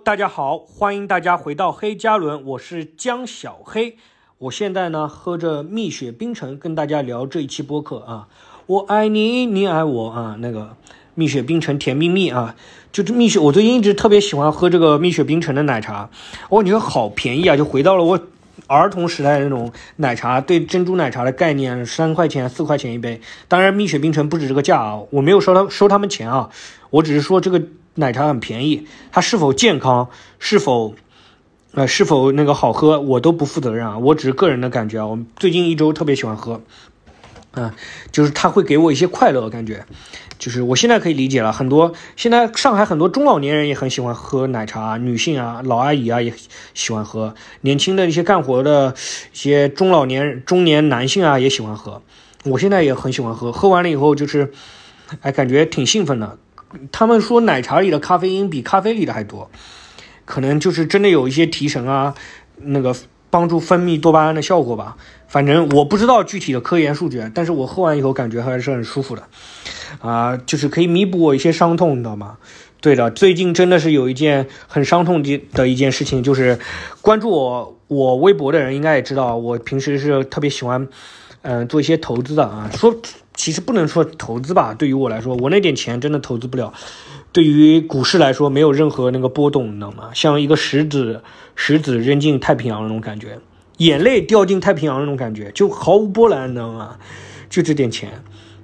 大家好，欢迎大家回到黑加仑，我是江小黑。我现在呢喝着蜜雪冰城，跟大家聊这一期播客啊。我爱你，你爱我啊，那个蜜雪冰城甜蜜蜜啊，就是蜜雪。我最近一直特别喜欢喝这个蜜雪冰城的奶茶，我觉得好便宜啊，就回到了我儿童时代的那种奶茶，对珍珠奶茶的概念，3块钱、4块钱一杯。当然，蜜雪冰城不止这个价啊，我没有收他们钱啊，我只是说这个奶茶很便宜，它是否健康，是否那个好喝，我都不负责任啊，我只是个人的感觉啊。我最近一周特别喜欢喝，就是它会给我一些快乐感觉。就是我现在可以理解了，很多现在上海很多中老年人也很喜欢喝奶茶，女性啊、老阿姨啊也喜欢喝，年轻的一些干活的一些中年男性啊也喜欢喝。我现在也很喜欢喝，喝完了以后就是感觉挺兴奋的。他们说奶茶里的咖啡因比咖啡里的还多，可能就是真的有一些提神啊，那个帮助分泌多巴胺的效果吧。反正我不知道具体的科研数据，但是我喝完以后感觉还是很舒服的就是可以弥补我一些伤痛，你知道吗？对的，最近真的是有一件很伤痛的一件事情，就是关注我微博的人应该也知道，我平时是特别喜欢做一些投资的啊。其实不能说投资吧，对于我来说，我那点钱真的投资不了。对于股市来说，没有任何那个波动，你知道吗？像一个石子扔进太平洋那种感觉，眼泪掉进太平洋那种感觉，就毫无波澜，你知道吗？就这点钱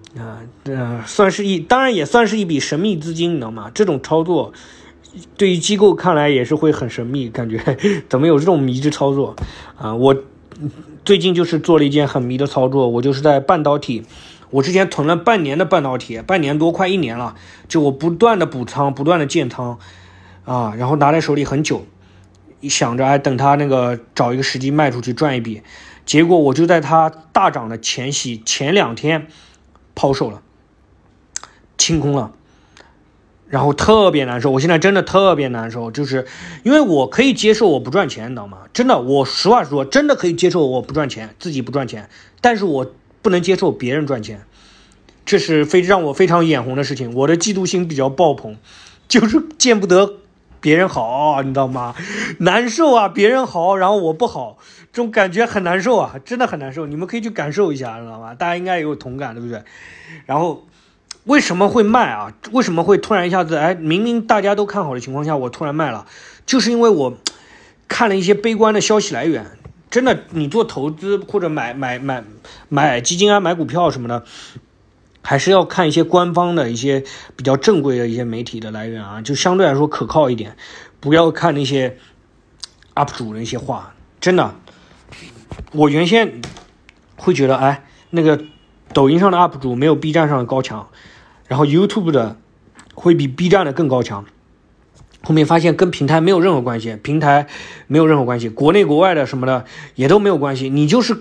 当然也算是一笔神秘资金，你知道吗？这种操作对于机构看来也是会很神秘，感觉怎么有这种迷之操作我最近就是做了一件很迷的操作，我就是在半导体。我之前囤了半年的半导体，半年多快1年了，就我不断的补仓，不断的建仓然后拿在手里很久，想着等它那个找一个时机卖出去赚一笔，结果我就在它大涨的前2天抛售了，清空了，然后特别难受。我现在真的特别难受，就是因为我可以接受我不赚钱，你知道吗？真的，我实话说，真的可以接受我不赚钱，自己不赚钱，但是我不能接受别人赚钱，这是让我非常眼红的事情。我的嫉妒心比较爆棚，就是见不得别人好你知道吗？难受啊，别人好，然后我不好，这种感觉很难受啊，真的很难受。你们可以去感受一下，知道吗？大家应该也有同感，对不对？然后为什么会卖啊？为什么会突然一下子明明大家都看好的情况下，我突然卖了？就是因为我看了一些悲观的消息来源。真的，你做投资或者买基金买股票什么的，还是要看一些官方的一些比较正规的一些媒体的来源就相对来说可靠一点，不要看那些 UP 主的一些话。真的，我原先会觉得那个抖音上的 UP 主没有 B 站上的高强，然后 YouTube 的会比 B 站的更高强。后面发现跟平台没有任何关系，国内国外的什么的也都没有关系，你就是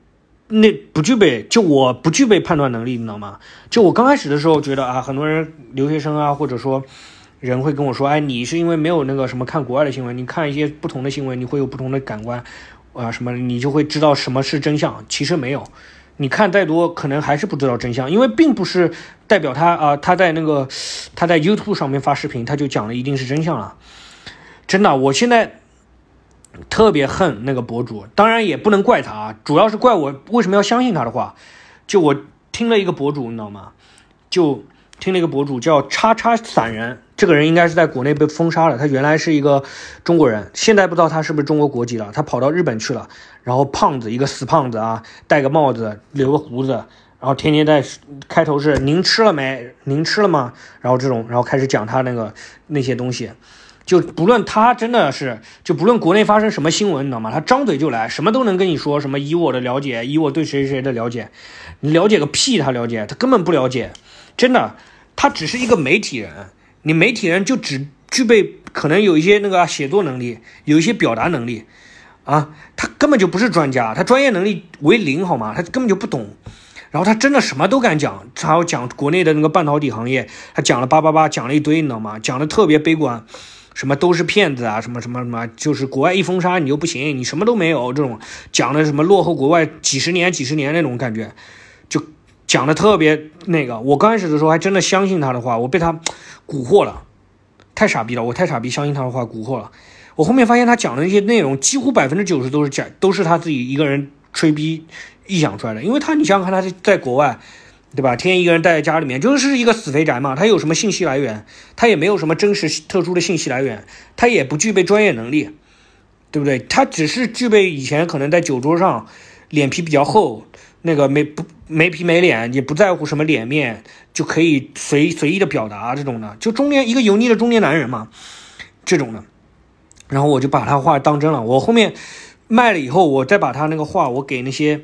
我不具备判断能力，你知道吗？就我刚开始的时候觉得很多人留学生或者说人会跟我说你是因为没有那个什么看国外的新闻，你看一些不同的新闻你会有不同的感官什么你就会知道什么是真相。其实没有，你看再多可能还是不知道真相，因为并不是代表他在 YouTube 上面发视频他就讲了一定是真相了。真的，我现在特别恨那个博主，当然也不能怪他主要是怪我为什么要相信他的话。就我听了一个博主，你知道吗？就听了一个博主叫叉叉散人，这个人应该是在国内被封杀了，他原来是一个中国人，现在不知道他是不是中国国籍了，他跑到日本去了，然后一个死胖子戴个帽子，留个胡子，然后天天在开头是您吃了没？您吃了吗？然后然后开始讲他那些东西。就不论他真的是，就不论国内发生什么新闻，你知道吗？他张嘴就来，什么都能跟你说，什么以我的了解，以我对谁的了解，你了解个屁！他了解，他根本不了解，真的，他只是一个媒体人。你媒体人就只具备可能有一些写作能力，有一些表达能力他根本就不是专家，他专业能力为0好吗？他根本就不懂。然后他真的什么都敢讲，他要讲国内的那个半导体行业，他讲了888，讲了一堆，你知道吗？讲的特别悲观。什么都是骗子什么，就是国外一封杀你就不行，你什么都没有，这种讲的什么落后国外几十年那种感觉，就讲的特别我刚开始的时候还真的相信他的话，我被他蛊惑了。 太傻逼了，我太傻逼，相信他的话蛊惑了。我后面发现他讲的那些内容几乎90%都是假，都是他自己一个人吹逼臆想出来的。因为你想想看，他是在国外，对吧？天天一个人待在家里面，就是一个死肥宅嘛。他有什么信息来源？他也没有什么真实特殊的信息来源，他也不具备专业能力，对不对？他只是具备以前可能在酒桌上脸皮比较厚，那个没皮没脸，也不在乎什么脸面，就可以随意的表达这种的，就一个油腻的中年男人嘛，这种的。然后我就把他话当真了，我后面卖了以后，我再把他那个话我给那些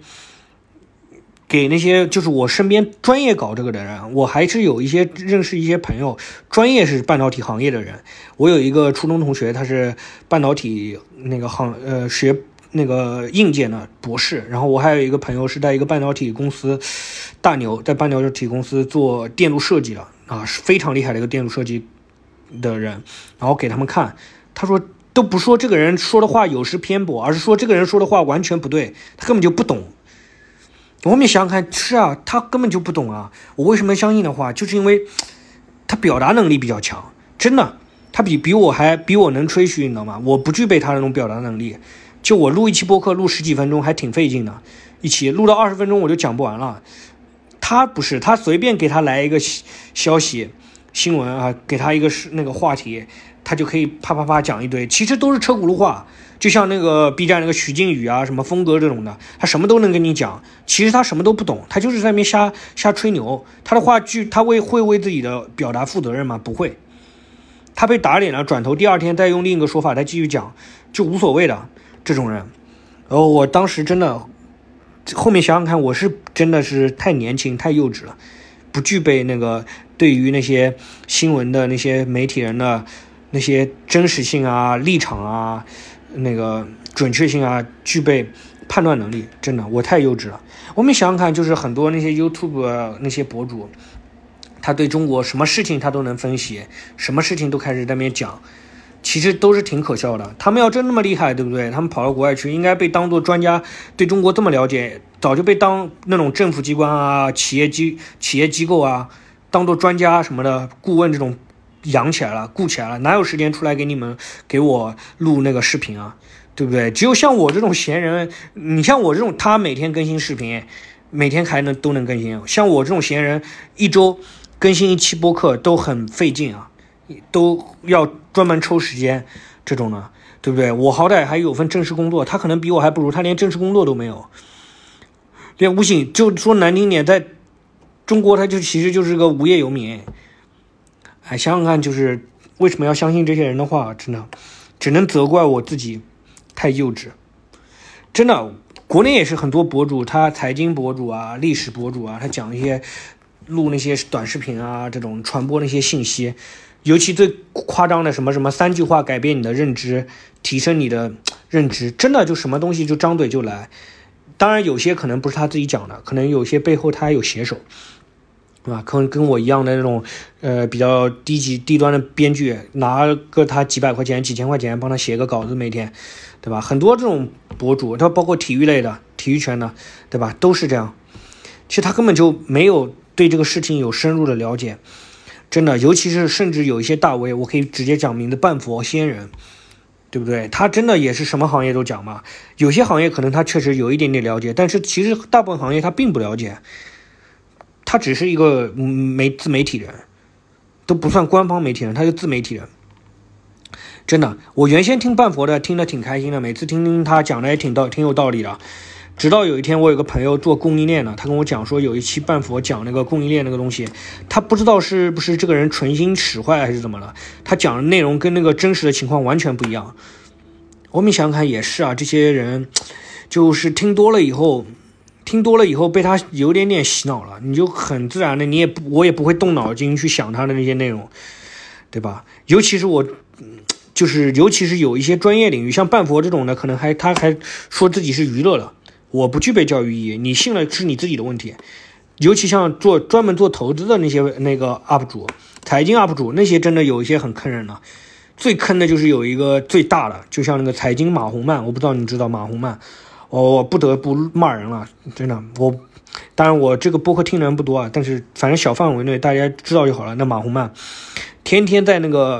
就是我身边专业搞这个的人，我还是有认识一些朋友专业是半导体行业的人。我有一个初中同学，他是半导体那个学那个硬件的博士，然后我还有一个朋友是在一个半导体公司大牛，在半导体公司做电路设计的啊，是非常厉害的一个电路设计的人。然后给他们看，他说都不说这个人说的话有失偏颇，而是说这个人说的话完全不对，他根本就不懂。我后面想想看，是啊，他根本就不懂啊。我为什么相信的话，就是因为他表达能力比较强，真的，他比我能吹嘘，你知道吗？我不具备他那种表达能力。就我录一期播客录10几分钟还挺费劲的，一期录到20分钟我就讲不完了。他不是，他随便给他来一个消息新闻啊，给他一个那个话题，他就可以啪啪啪讲一堆，其实都是车轱辘话。就像那个 B 站那个徐静宇啊，什么峰哥这种的，他什么都能跟你讲，其实他什么都不懂，他就是在那边瞎吹牛。他的话剧，他会为自己的表达负责任吗？不会。他被打脸了，转头第二天再用另一个说法再继续讲，就无所谓的这种人。然后我当时真的，后面想想看，我是真的是太年轻太幼稚了，不具备那个对于那些新闻的那些媒体人的那些真实性啊、立场啊、那个准确性啊，具备判断能力，真的我太幼稚了。我们想想看，就是很多那些 YouTube 那些博主，他对中国什么事情他都能分析，什么事情都开始在那边讲，其实都是挺可笑的。他们要真那么厉害，对不对？他们跑到国外去，应该被当作专家，对中国这么了解，早就被当那种政府机关啊、企业机构啊，当作专家什么的顾问这种养起来了、顾起来了，哪有时间出来给我录那个视频啊？对不对？只有像我这种闲人，你像我这种，他每天更新视频，每天都能更新。像我这种闲人，一周更新一期播客都很费劲啊，都要专门抽时间这种的，对不对？我好歹还有份正式工作，他可能比我还不如，他连正式工作都没有，连无形就说难听点，在中国他就其实就是个无业游民。哎，想想看，就是为什么要相信这些人的话？真的，只能责怪我自己太幼稚。真的，国内也是很多博主，他财经博主啊、历史博主啊，他讲一些录那些短视频啊，这种传播那些信息，尤其最夸张的什么3句话改变你的认知，提升你的认知，真的就什么东西就张嘴就来。当然有些可能不是他自己讲的，可能有些背后他还有写手，对吧？可能跟我一样的那种比较低端的编剧，拿个他几百块钱、几千块钱帮他写个稿子每天，对吧？很多这种博主，他包括体育类的、体育圈的，对吧？都是这样。其实他根本就没有对这个事情有深入的了解，真的，尤其是甚至有一些大 V， 我可以直接讲明的半佛仙人，对不对？他真的也是什么行业都讲嘛。有些行业可能他确实有一点点了解，但是其实大部分行业他并不了解，他只是一个自媒体人，都不算官方媒体人，他是自媒体人。真的，我原先听半佛的听得挺开心的，每次听他讲的也挺有道理的。直到有一天我有个朋友做供应链的，他跟我讲说有一期半佛讲那个供应链那个东西，他不知道是不是这个人存心使坏还是怎么了，他讲的内容跟那个真实的情况完全不一样。我们想想看也是啊，这些人就是听多了以后被他有点洗脑了，你就很自然的我也不会动脑筋去想他的那些内容，对吧？尤其是有一些专业领域，像半佛这种的，可能他还说自己是娱乐了，我不具备教育意义，你信了是你自己的问题。尤其像专门做投资的那些那个 UP 主、财经 UP 主，那些真的有一些很坑人的。最坑的就是有一个最大的，就像那个财经马洪曼，我不知道你知道马洪曼，我不得不骂人了，真的。当然我这个播客听的人不多啊，但是反正小范围内大家知道就好了。那马洪曼天天在那个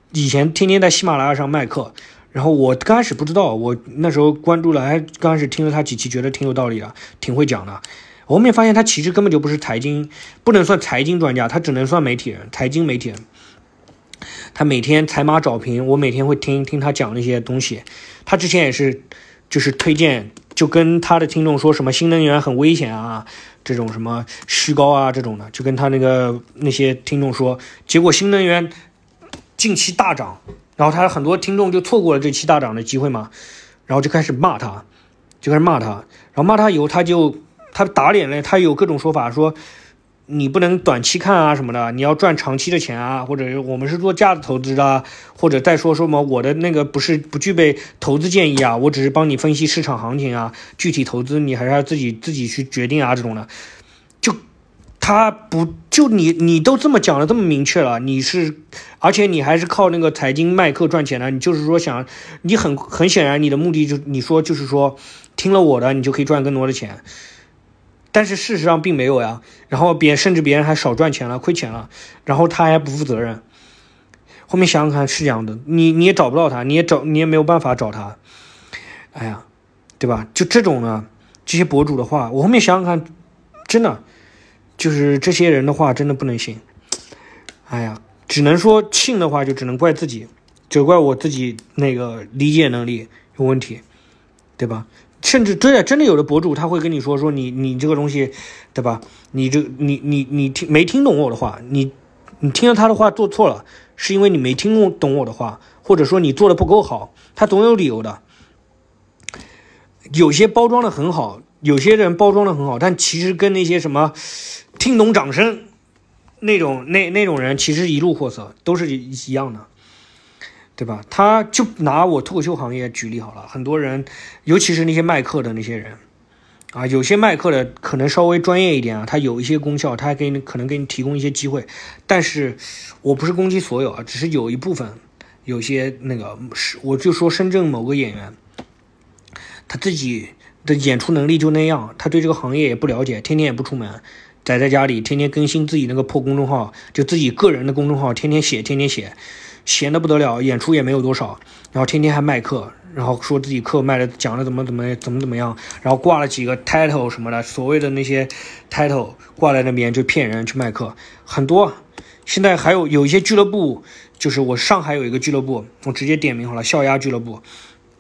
以前天天在喜马拉雅上卖课，然后我刚开始不知道，我那时候关注了，刚开始听了他几期，觉得挺有道理的，挺会讲的。我后面发现他其实根本就不是财经，不能算财经专家，他只能算媒体人，财经媒体人。他每天采马找评，我每天会听他讲那些东西。他之前也是，就是推荐，就跟他的听众说什么新能源很危险啊，这种什么虚高啊这种的，就跟他那些听众说，结果新能源近期大涨，然后他很多听众就错过了这期大涨的机会嘛，然后就开始骂他，然后骂他以后他打脸了，他有各种说法说。你不能短期看啊什么的，你要赚长期的钱啊，或者我们是做价值投资的啊，或者再说什么我的那个不具备投资建议啊，我只是帮你分析市场行情啊，具体投资你还是要自己去决定啊这种的。就他不就你都这么讲的这么明确了，而且你还是靠那个财经卖课赚钱的，你就是说你很显然你的目的就是说听了我的你就可以赚更多的钱。但是事实上并没有呀，然后甚至别人还少赚钱了，亏钱了，然后他还不负责任。后面想想看是这样的，你也找不到他，你也没有办法找他，哎呀，对吧？就这种呢，这些博主的话，我后面想想看，真的就是这些人的话真的不能信。哎呀，只能说信的话就只能怪自己，责怪我自己那个理解能力有问题，对吧？甚至真的有的博主他会跟你说你这个东西，对吧？你没听懂我的话，你听了他的话做错了，是因为你没听懂我的话，或者说你做的不够好，他总有理由的。有些包装的很好，有些人包装的很好，但其实跟那些什么听懂掌声那种人，其实一路货色，都是一样的。对吧？他就拿我脱口秀行业举例好了，很多人，尤其是那些卖课的那些人，啊，有些卖课的可能稍微专业一点啊，他有一些功效，他还可能给你提供一些机会，但是我不是攻击所有啊，只是有一部分，有些我就说深圳某个演员，他自己的演出能力就那样，他对这个行业也不了解，天天也不出门，宅在家里，天天更新自己那个破公众号，就自己个人的公众号，天天写。闲得不得了，演出也没有多少，然后天天还卖课，然后说自己课卖的讲的怎么样，然后挂了几个 title 什么的，所谓的那些 title 挂在那边就骗人去卖课，很多。现在还有一些俱乐部，就是我上海有一个俱乐部，我直接点名好了，笑鸭俱乐部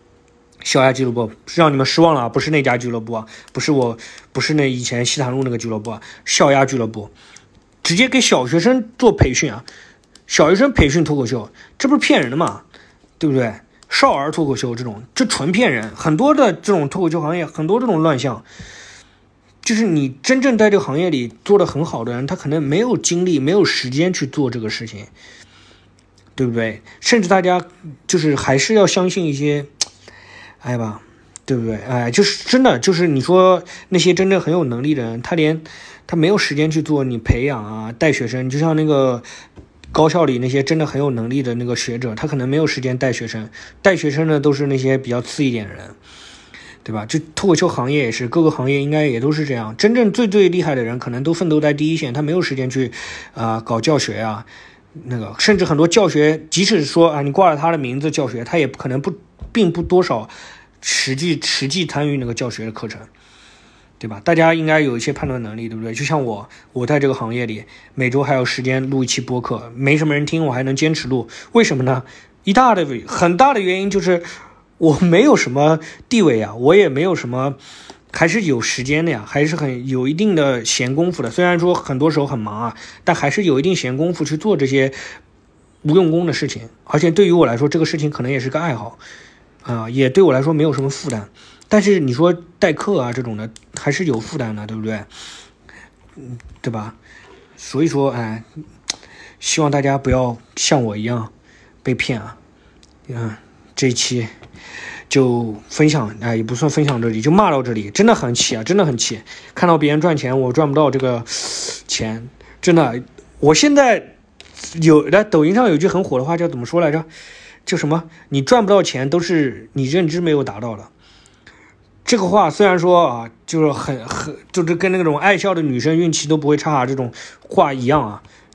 让你们失望了，不是那家俱乐部啊，不是那以前西坛路那个俱乐部啊，笑鸭俱乐部直接给小学生做培训啊。小学生培训脱口秀，这不是骗人的吗？对不对？少儿脱口秀这纯骗人。很多的这种脱口秀行业，很多这种乱象，就是你真正在这个行业里做得很好的人，他可能没有精力、没有时间去做这个事情，对不对？甚至大家就是还是要相信一些，哎吧，对不对？哎，就是真的，就是你说那些真正很有能力的人，他没有时间去做你培养啊、带学生，就像那个。高校里那些真的很有能力的那个学者，他可能没有时间带学生呢都是那些比较次一点的人，对吧？就脱口秀行业也是，各个行业应该也都是这样。真正最厉害的人，可能都奋斗在第一线，他没有时间去搞教学啊，甚至很多教学，即使说啊你挂了他的名字教学，他也可能并不多少实际参与那个教学的课程。对吧？大家应该有一些判断能力，对不对？就像我在这个行业里，每周还有时间录一期播客，没什么人听，我还能坚持录，为什么呢？很大的原因就是我没有什么地位啊，我也没有什么，还是有时间的呀，还是有一定的闲工夫的。虽然说很多时候很忙啊，但还是有一定闲工夫去做这些无用功的事情。而且对于我来说，这个事情可能也是个爱好也对我来说没有什么负担。但是你说代课啊这种的还是有负担的，对不对？对吧？所以说，希望大家不要像我一样被骗啊。这一期就分享，也不算分享这里，就骂到这里，真的很气啊，真的很气。看到别人赚钱，我赚不到这个钱，真的。我现在抖音上有句很火的话叫怎么说来着？就什么你赚不到钱都是你认知没有达到的。这个话虽然说啊，就是就是跟那种爱笑的女生运气都不会差这种话一样啊，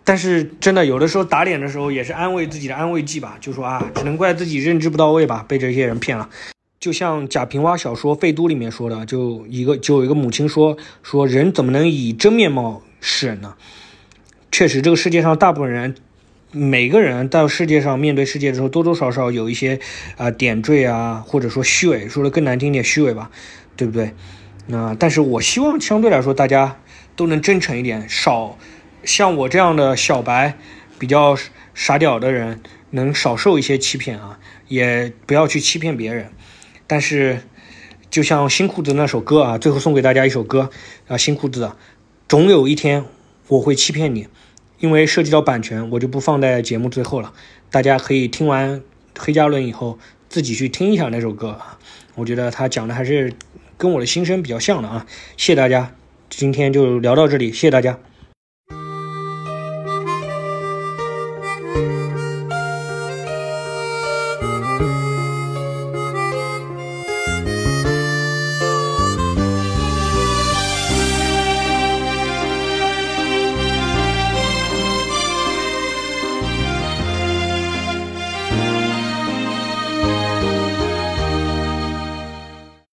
但是真的有的时候打脸的时候也是安慰自己的安慰剂吧，就说啊，只能怪自己认知不到位吧，被这些人骗了。就像贾平凹小说《废都》里面说的，就有一个母亲说人怎么能以真面貌示人呢？确实，这个世界上大部分人，每个人到世界上面对世界的时候，多多少少有一些点缀啊，或者说虚伪，说的更难听点，虚伪吧，对不对？但是我希望相对来说大家都能真诚一点，少像我这样的小白比较傻屌的人能少受一些欺骗啊，也不要去欺骗别人。但是就像新裤子那首歌啊，最后送给大家一首歌啊，新裤子的总有一天我会欺骗你，因为涉及到版权我就不放在节目最后了，大家可以听完黑加仑以后自己去听一下那首歌啊，我觉得他讲的还是跟我的心声比较像的啊。谢谢大家，今天就聊到这里，谢谢大家。